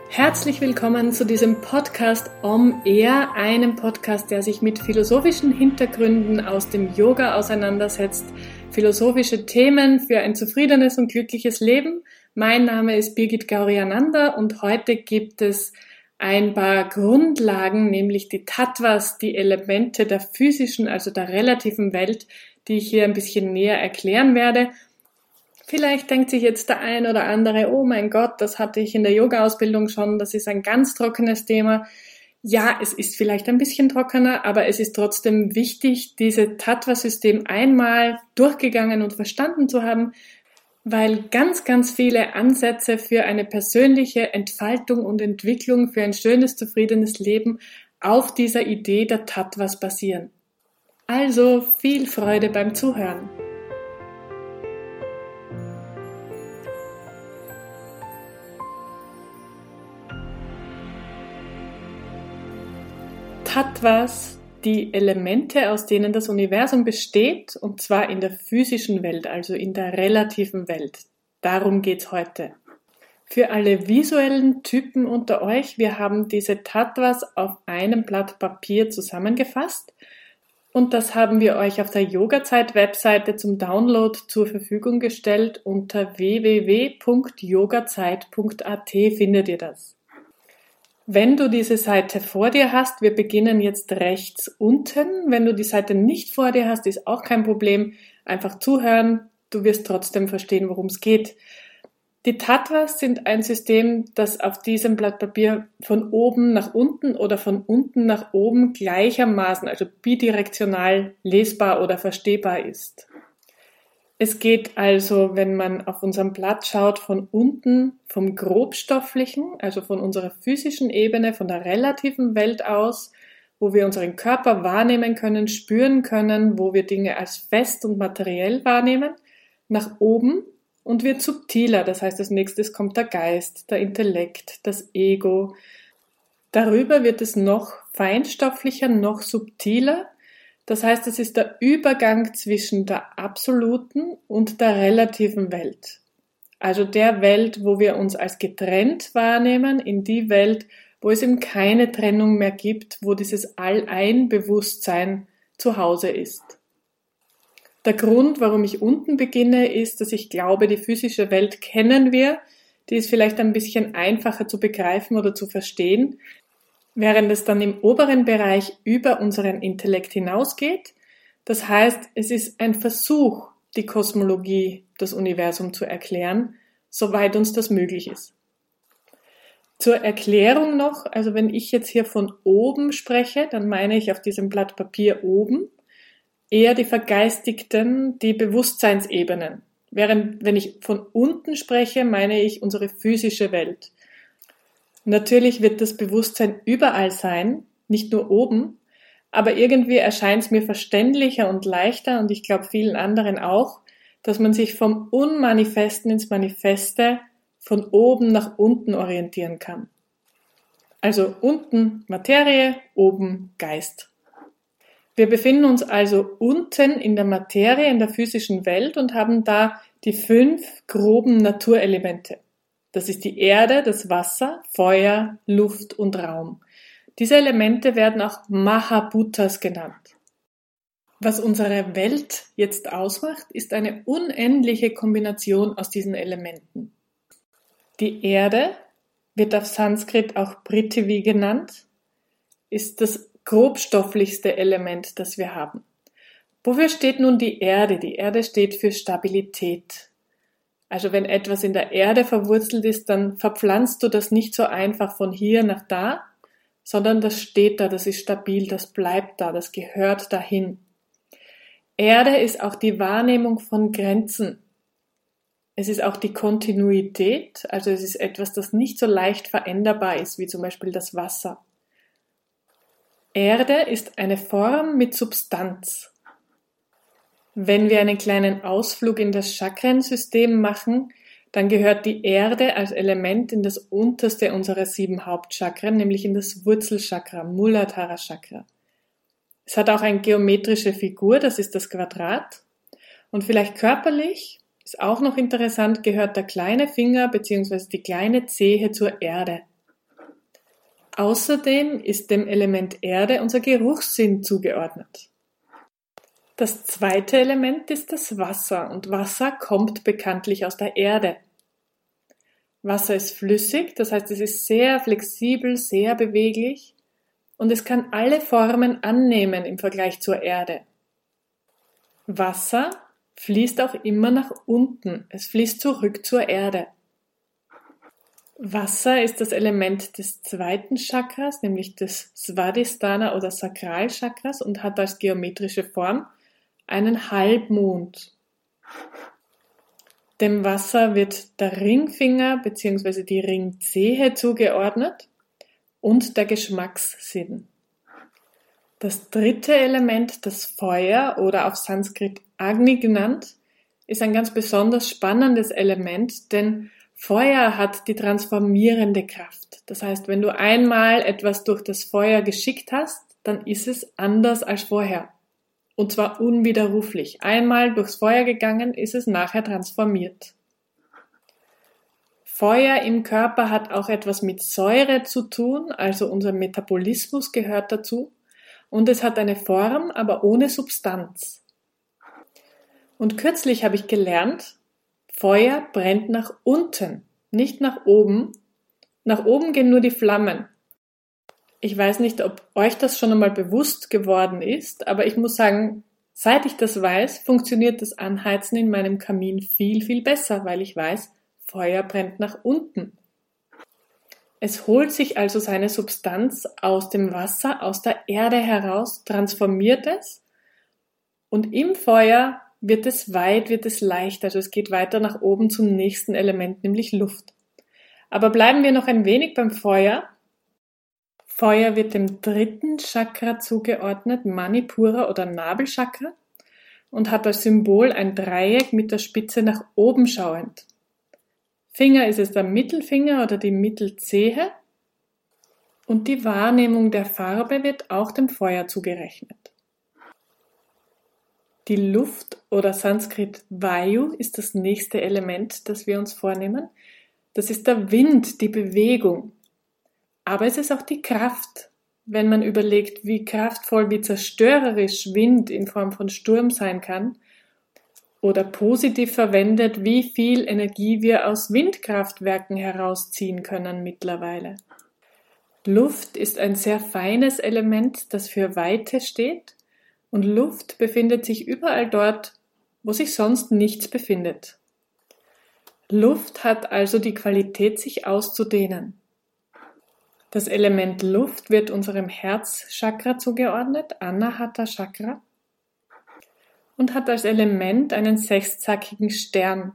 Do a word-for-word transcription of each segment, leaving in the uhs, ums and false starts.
Herzlich willkommen zu diesem Podcast Om Air, einem Podcast, der sich mit philosophischen Hintergründen aus dem Yoga auseinandersetzt, philosophische Themen für ein zufriedenes und glückliches Leben. Mein Name ist Birgit Gauriananda und heute gibt es ein paar Grundlagen, nämlich die Tattvas, die Elemente der physischen, also der relativen Welt, die ich hier ein bisschen näher erklären werde. Vielleicht denkt sich jetzt der ein oder andere, oh mein Gott, das hatte ich in der Yoga-Ausbildung schon, das ist ein ganz trockenes Thema. Ja, es ist vielleicht ein bisschen trockener, aber es ist trotzdem wichtig, dieses Tattva-System einmal durchgegangen und verstanden zu haben, weil ganz, ganz viele Ansätze für eine persönliche Entfaltung und Entwicklung, für ein schönes, zufriedenes Leben auf dieser Idee der Tattvas basieren. Also viel Freude beim Zuhören. Tattvas, die Elemente, aus denen das Universum besteht, und zwar in der physischen Welt, also in der relativen Welt. Darum geht's heute. Für alle visuellen Typen unter euch, wir haben diese Tattvas auf einem Blatt Papier zusammengefasst und das haben wir euch auf der Yogazeit-Webseite zum Download zur Verfügung gestellt. Unter w w w punkt yogazeit punkt a t findet ihr das. Wenn du diese Seite vor dir hast, wir beginnen jetzt rechts unten. Wenn du die Seite nicht vor dir hast, ist auch kein Problem. Einfach zuhören, du wirst trotzdem verstehen, worum es geht. Die Tattvas sind ein System, das auf diesem Blatt Papier von oben nach unten oder von unten nach oben gleichermaßen, also bidirektional lesbar oder verstehbar ist. Es geht also, wenn man auf unserem Blatt schaut, von unten vom Grobstofflichen, also von unserer physischen Ebene, von der relativen Welt aus, wo wir unseren Körper wahrnehmen können, spüren können, wo wir Dinge als fest und materiell wahrnehmen, nach oben und wird subtiler. Das heißt, als nächstes kommt der Geist, der Intellekt, das Ego. Darüber wird es noch feinstofflicher, noch subtiler. Das heißt, es ist der Übergang zwischen der absoluten und der relativen Welt. Also der Welt, wo wir uns als getrennt wahrnehmen, in die Welt, wo es eben keine Trennung mehr gibt, wo dieses All-Ein-Bewusstsein zu Hause ist. Der Grund, warum ich unten beginne, ist, dass ich glaube, die physische Welt kennen wir, die ist vielleicht ein bisschen einfacher zu begreifen oder zu verstehen, während es dann im oberen Bereich über unseren Intellekt hinausgeht. Das heißt, es ist ein Versuch, die Kosmologie, das Universum zu erklären, soweit uns das möglich ist. Zur Erklärung noch, also wenn ich jetzt hier von oben spreche, dann meine ich auf diesem Blatt Papier oben eher die vergeistigten, die Bewusstseinsebenen. Während wenn ich von unten spreche, meine ich unsere physische Welt. Natürlich wird das Bewusstsein überall sein, nicht nur oben, aber irgendwie erscheint es mir verständlicher und leichter und ich glaube vielen anderen auch, dass man sich vom Unmanifesten ins Manifeste von oben nach unten orientieren kann. Also unten Materie, oben Geist. Wir befinden uns also unten in der Materie, in der physischen Welt und haben da die fünf groben Naturelemente. Das ist die Erde, das Wasser, Feuer, Luft und Raum. Diese Elemente werden auch Mahabhutas genannt. Was unsere Welt jetzt ausmacht, ist eine unendliche Kombination aus diesen Elementen. Die Erde wird auf Sanskrit auch Prithvi genannt, ist das grobstofflichste Element, das wir haben. Wofür steht nun die Erde? Die Erde steht für Stabilität. Also wenn etwas in der Erde verwurzelt ist, dann verpflanzt du das nicht so einfach von hier nach da, sondern das steht da, das ist stabil, das bleibt da, das gehört dahin. Erde ist auch die Wahrnehmung von Grenzen. Es ist auch die Kontinuität, also es ist etwas, das nicht so leicht veränderbar ist, wie zum Beispiel das Wasser. Erde ist eine Form mit Substanz. Wenn wir einen kleinen Ausflug in das Chakrensystem machen, dann gehört die Erde als Element in das unterste unserer sieben Hauptchakren, nämlich in das Wurzelchakra, Muladhara Chakra. Es hat auch eine geometrische Figur, das ist das Quadrat. Und vielleicht körperlich, ist auch noch interessant, gehört der kleine Finger bzw. die kleine Zehe zur Erde. Außerdem ist dem Element Erde unser Geruchssinn zugeordnet. Das zweite Element ist das Wasser und Wasser kommt bekanntlich aus der Erde. Wasser ist flüssig, das heißt, es ist sehr flexibel, sehr beweglich und es kann alle Formen annehmen im Vergleich zur Erde. Wasser fließt auch immer nach unten, es fließt zurück zur Erde. Wasser ist das Element des zweiten Chakras, nämlich des Svadhisthana oder Sakralchakras und hat als geometrische Form einen Halbmond. Dem Wasser wird der Ringfinger bzw. die Ringzehe zugeordnet und der Geschmackssinn. Das dritte Element, das Feuer oder auf Sanskrit Agni genannt, ist ein ganz besonders spannendes Element, denn Feuer hat die transformierende Kraft. Das heißt, wenn du einmal etwas durch das Feuer geschickt hast, dann ist es anders als vorher. Und zwar unwiderruflich. Einmal durchs Feuer gegangen, ist es nachher transformiert. Feuer im Körper hat auch etwas mit Säure zu tun, also unser Metabolismus gehört dazu. Und es hat eine Form, aber ohne Substanz. Und kürzlich habe ich gelernt, Feuer brennt nach unten, nicht nach oben. Nach oben gehen nur die Flammen. Ich weiß nicht, ob euch das schon einmal bewusst geworden ist, aber ich muss sagen, seit ich das weiß, funktioniert das Anheizen in meinem Kamin viel, viel besser, weil ich weiß, Feuer brennt nach unten. Es holt sich also seine Substanz aus dem Wasser, aus der Erde heraus, transformiert es und im Feuer wird es weit, wird es leicht, also es geht weiter nach oben zum nächsten Element, nämlich Luft. Aber bleiben wir noch ein wenig beim Feuer. Feuer wird dem dritten Chakra zugeordnet, Manipura oder Nabelchakra, und hat als Symbol ein Dreieck mit der Spitze nach oben schauend. Finger ist es der Mittelfinger oder die Mittelzehe und die Wahrnehmung der Farbe wird auch dem Feuer zugerechnet. Die Luft oder Sanskrit Vayu ist das nächste Element, das wir uns vornehmen. Das ist der Wind, die Bewegung. Aber es ist auch die Kraft, wenn man überlegt, wie kraftvoll, wie zerstörerisch Wind in Form von Sturm sein kann. Oder positiv verwendet, wie viel Energie wir aus Windkraftwerken herausziehen können mittlerweile. Luft ist ein sehr feines Element, das für Weite steht. Und Luft befindet sich überall dort, wo sich sonst nichts befindet. Luft hat also die Qualität, sich auszudehnen. Das Element Luft wird unserem Herzchakra zugeordnet, Anahata Chakra, und hat als Element einen sechszackigen Stern.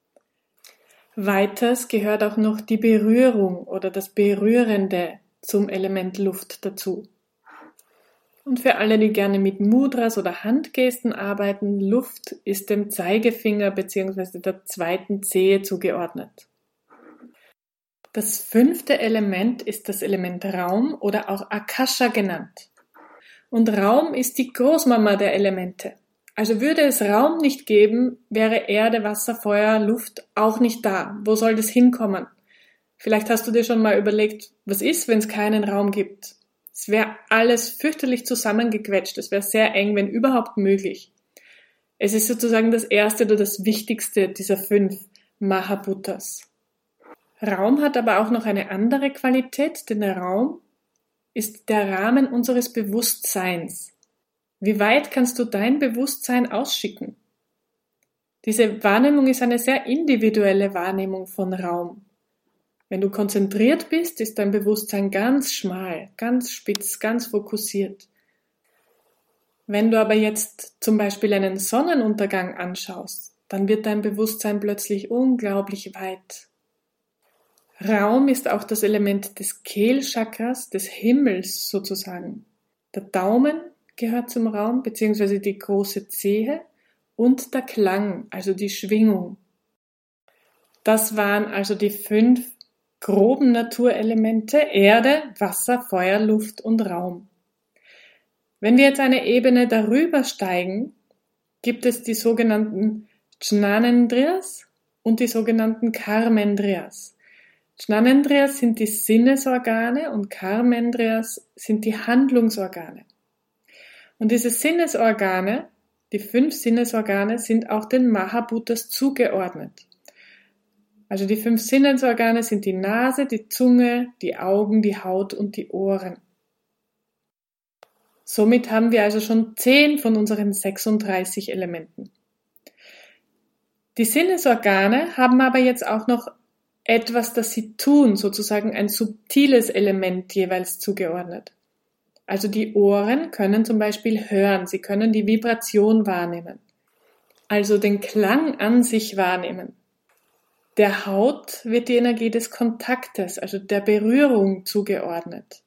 Weiters gehört auch noch die Berührung oder das Berührende zum Element Luft dazu. Und für alle, die gerne mit Mudras oder Handgesten arbeiten, Luft ist dem Zeigefinger bzw. der zweiten Zehe zugeordnet. Das fünfte Element ist das Element Raum oder auch Akasha genannt. Und Raum ist die Großmama der Elemente. Also würde es Raum nicht geben, wäre Erde, Wasser, Feuer, Luft auch nicht da. Wo soll das hinkommen? Vielleicht hast du dir schon mal überlegt, was ist, wenn es keinen Raum gibt? Es wäre alles fürchterlich zusammengequetscht, es wäre sehr eng, wenn überhaupt möglich. Es ist sozusagen das erste oder das wichtigste dieser fünf Mahabhutas. Raum hat aber auch noch eine andere Qualität, denn der Raum ist der Rahmen unseres Bewusstseins. Wie weit kannst du dein Bewusstsein ausschicken? Diese Wahrnehmung ist eine sehr individuelle Wahrnehmung von Raum. Wenn du konzentriert bist, ist dein Bewusstsein ganz schmal, ganz spitz, ganz fokussiert. Wenn du aber jetzt zum Beispiel einen Sonnenuntergang anschaust, dann wird dein Bewusstsein plötzlich unglaublich weit. Raum ist auch das Element des Kehlchakras, des Himmels sozusagen. Der Daumen gehört zum Raum, beziehungsweise die große Zehe und der Klang, also die Schwingung. Das waren also die fünf groben Naturelemente: Erde, Wasser, Feuer, Luft und Raum. Wenn wir jetzt eine Ebene darüber steigen, gibt es die sogenannten Jnanendriyas und die sogenannten Karmendriyas. Gnadenendrias sind die Sinnesorgane und Karmendrias sind die Handlungsorgane. Und diese Sinnesorgane, die fünf Sinnesorgane, sind auch den Mahabhutas zugeordnet. Also die fünf Sinnesorgane sind die Nase, die Zunge, die Augen, die Haut und die Ohren. Somit haben wir also schon zehn von unseren sechsunddreißig Elementen. Die Sinnesorgane haben aber jetzt auch noch etwas, das sie tun, sozusagen ein subtiles Element jeweils zugeordnet. Also die Ohren können zum Beispiel hören, sie können die Vibration wahrnehmen, also den Klang an sich wahrnehmen. Der Haut wird die Energie des Kontaktes, also der Berührung zugeordnet.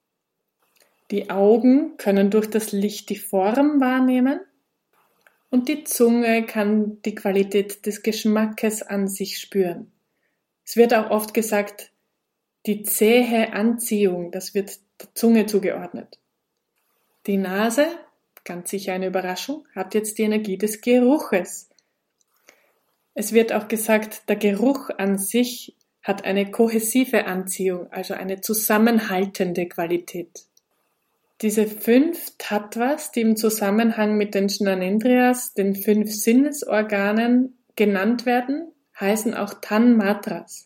Die Augen können durch das Licht die Form wahrnehmen und die Zunge kann die Qualität des Geschmackes an sich spüren. Es wird auch oft gesagt, die zähe Anziehung, das wird der Zunge zugeordnet. Die Nase, ganz sicher eine Überraschung, hat jetzt die Energie des Geruches. Es wird auch gesagt, der Geruch an sich hat eine kohäsive Anziehung, also eine zusammenhaltende Qualität. Diese fünf Tattvas, die im Zusammenhang mit den Gnadenendriyas, den fünf Sinnesorganen, genannt werden, heißen auch Tanmatras.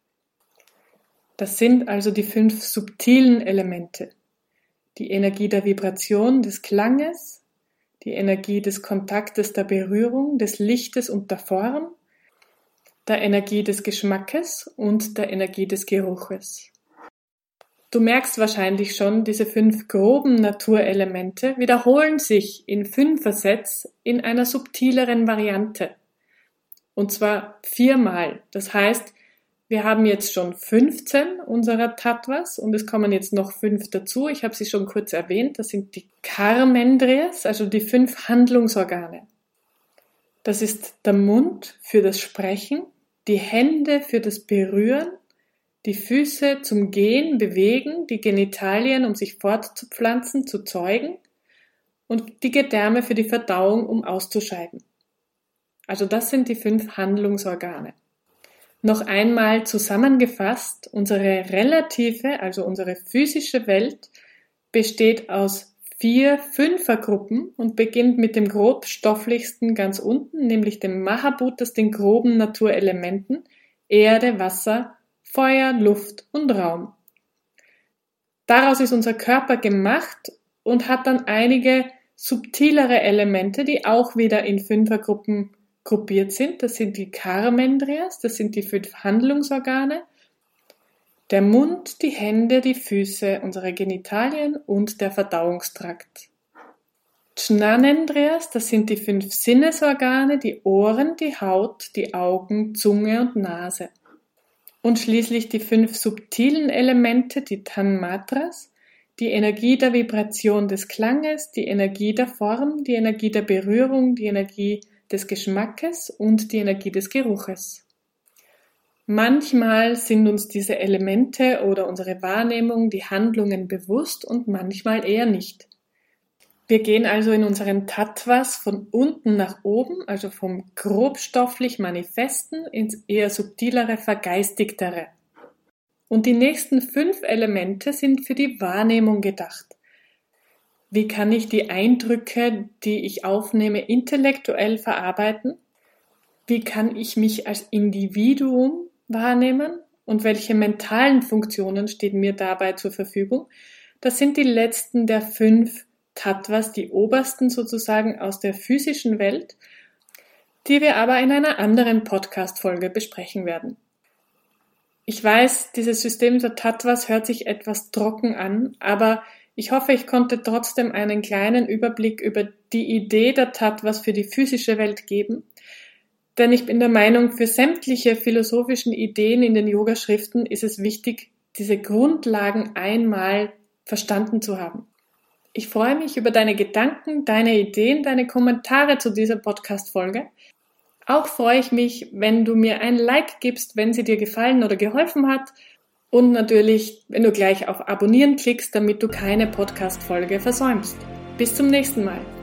Das sind also die fünf subtilen Elemente. Die Energie der Vibration, des Klanges, die Energie des Kontaktes, der Berührung, des Lichtes und der Form, der Energie des Geschmackes und der Energie des Geruches. Du merkst wahrscheinlich schon, diese fünf groben Naturelemente wiederholen sich in Fünfersets in einer subtileren Variante. Und zwar viermal. Das heißt, wir haben jetzt schon fünfzehn unserer Tattvas und es kommen jetzt noch fünf dazu. Ich habe sie schon kurz erwähnt. Das sind die Karmendriyas, also die fünf Handlungsorgane. Das ist der Mund für das Sprechen, die Hände für das Berühren, die Füße zum Gehen, Bewegen, die Genitalien, um sich fortzupflanzen, zu zeugen und die Gedärme für die Verdauung, um auszuscheiden. Also das sind die fünf Handlungsorgane. Noch einmal zusammengefasst, unsere relative, also unsere physische Welt besteht aus vier Fünfergruppen und beginnt mit dem grobstofflichsten ganz unten, nämlich dem Mahabhutas, den groben Naturelementen, Erde, Wasser, Feuer, Luft und Raum. Daraus ist unser Körper gemacht und hat dann einige subtilere Elemente, die auch wieder in Fünfergruppen gruppiert sind. Das sind die Karmendriyas, das sind die fünf Handlungsorgane, der Mund, die Hände, die Füße, unsere Genitalien und der Verdauungstrakt. Gnadenendriyas, das sind die fünf Sinnesorgane, die Ohren, die Haut, die Augen, Zunge und Nase. Und schließlich die fünf subtilen Elemente, die Tanmatras, die Energie der Vibration des Klanges, die Energie der Form, die Energie der Berührung, die Energie des Geschmackes und die Energie des Geruches. Manchmal sind uns diese Elemente oder unsere Wahrnehmung, die Handlungen bewusst und manchmal eher nicht. Wir gehen also in unseren Tattvas von unten nach oben, also vom grobstofflich Manifesten ins eher subtilere, vergeistigtere. Und die nächsten fünf Elemente sind für die Wahrnehmung gedacht. Wie kann ich die Eindrücke, die ich aufnehme, intellektuell verarbeiten? Wie kann ich mich als Individuum wahrnehmen? Und welche mentalen Funktionen stehen mir dabei zur Verfügung? Das sind die letzten der fünf Tattvas, die obersten sozusagen aus der physischen Welt, die wir aber in einer anderen Podcast-Folge besprechen werden. Ich weiß, dieses System der Tattvas hört sich etwas trocken an, aber ich hoffe, ich konnte trotzdem einen kleinen Überblick über die Idee der Tattvas für die physische Welt geben, denn ich bin der Meinung, für sämtliche philosophischen Ideen in den Yoga-Schriften ist es wichtig, diese Grundlagen einmal verstanden zu haben. Ich freue mich über deine Gedanken, deine Ideen, deine Kommentare zu dieser Podcast-Folge. Auch freue ich mich, wenn du mir ein Like gibst, wenn sie dir gefallen oder geholfen hat. Und natürlich, wenn du gleich auf Abonnieren klickst, damit du keine Podcast-Folge versäumst. Bis zum nächsten Mal.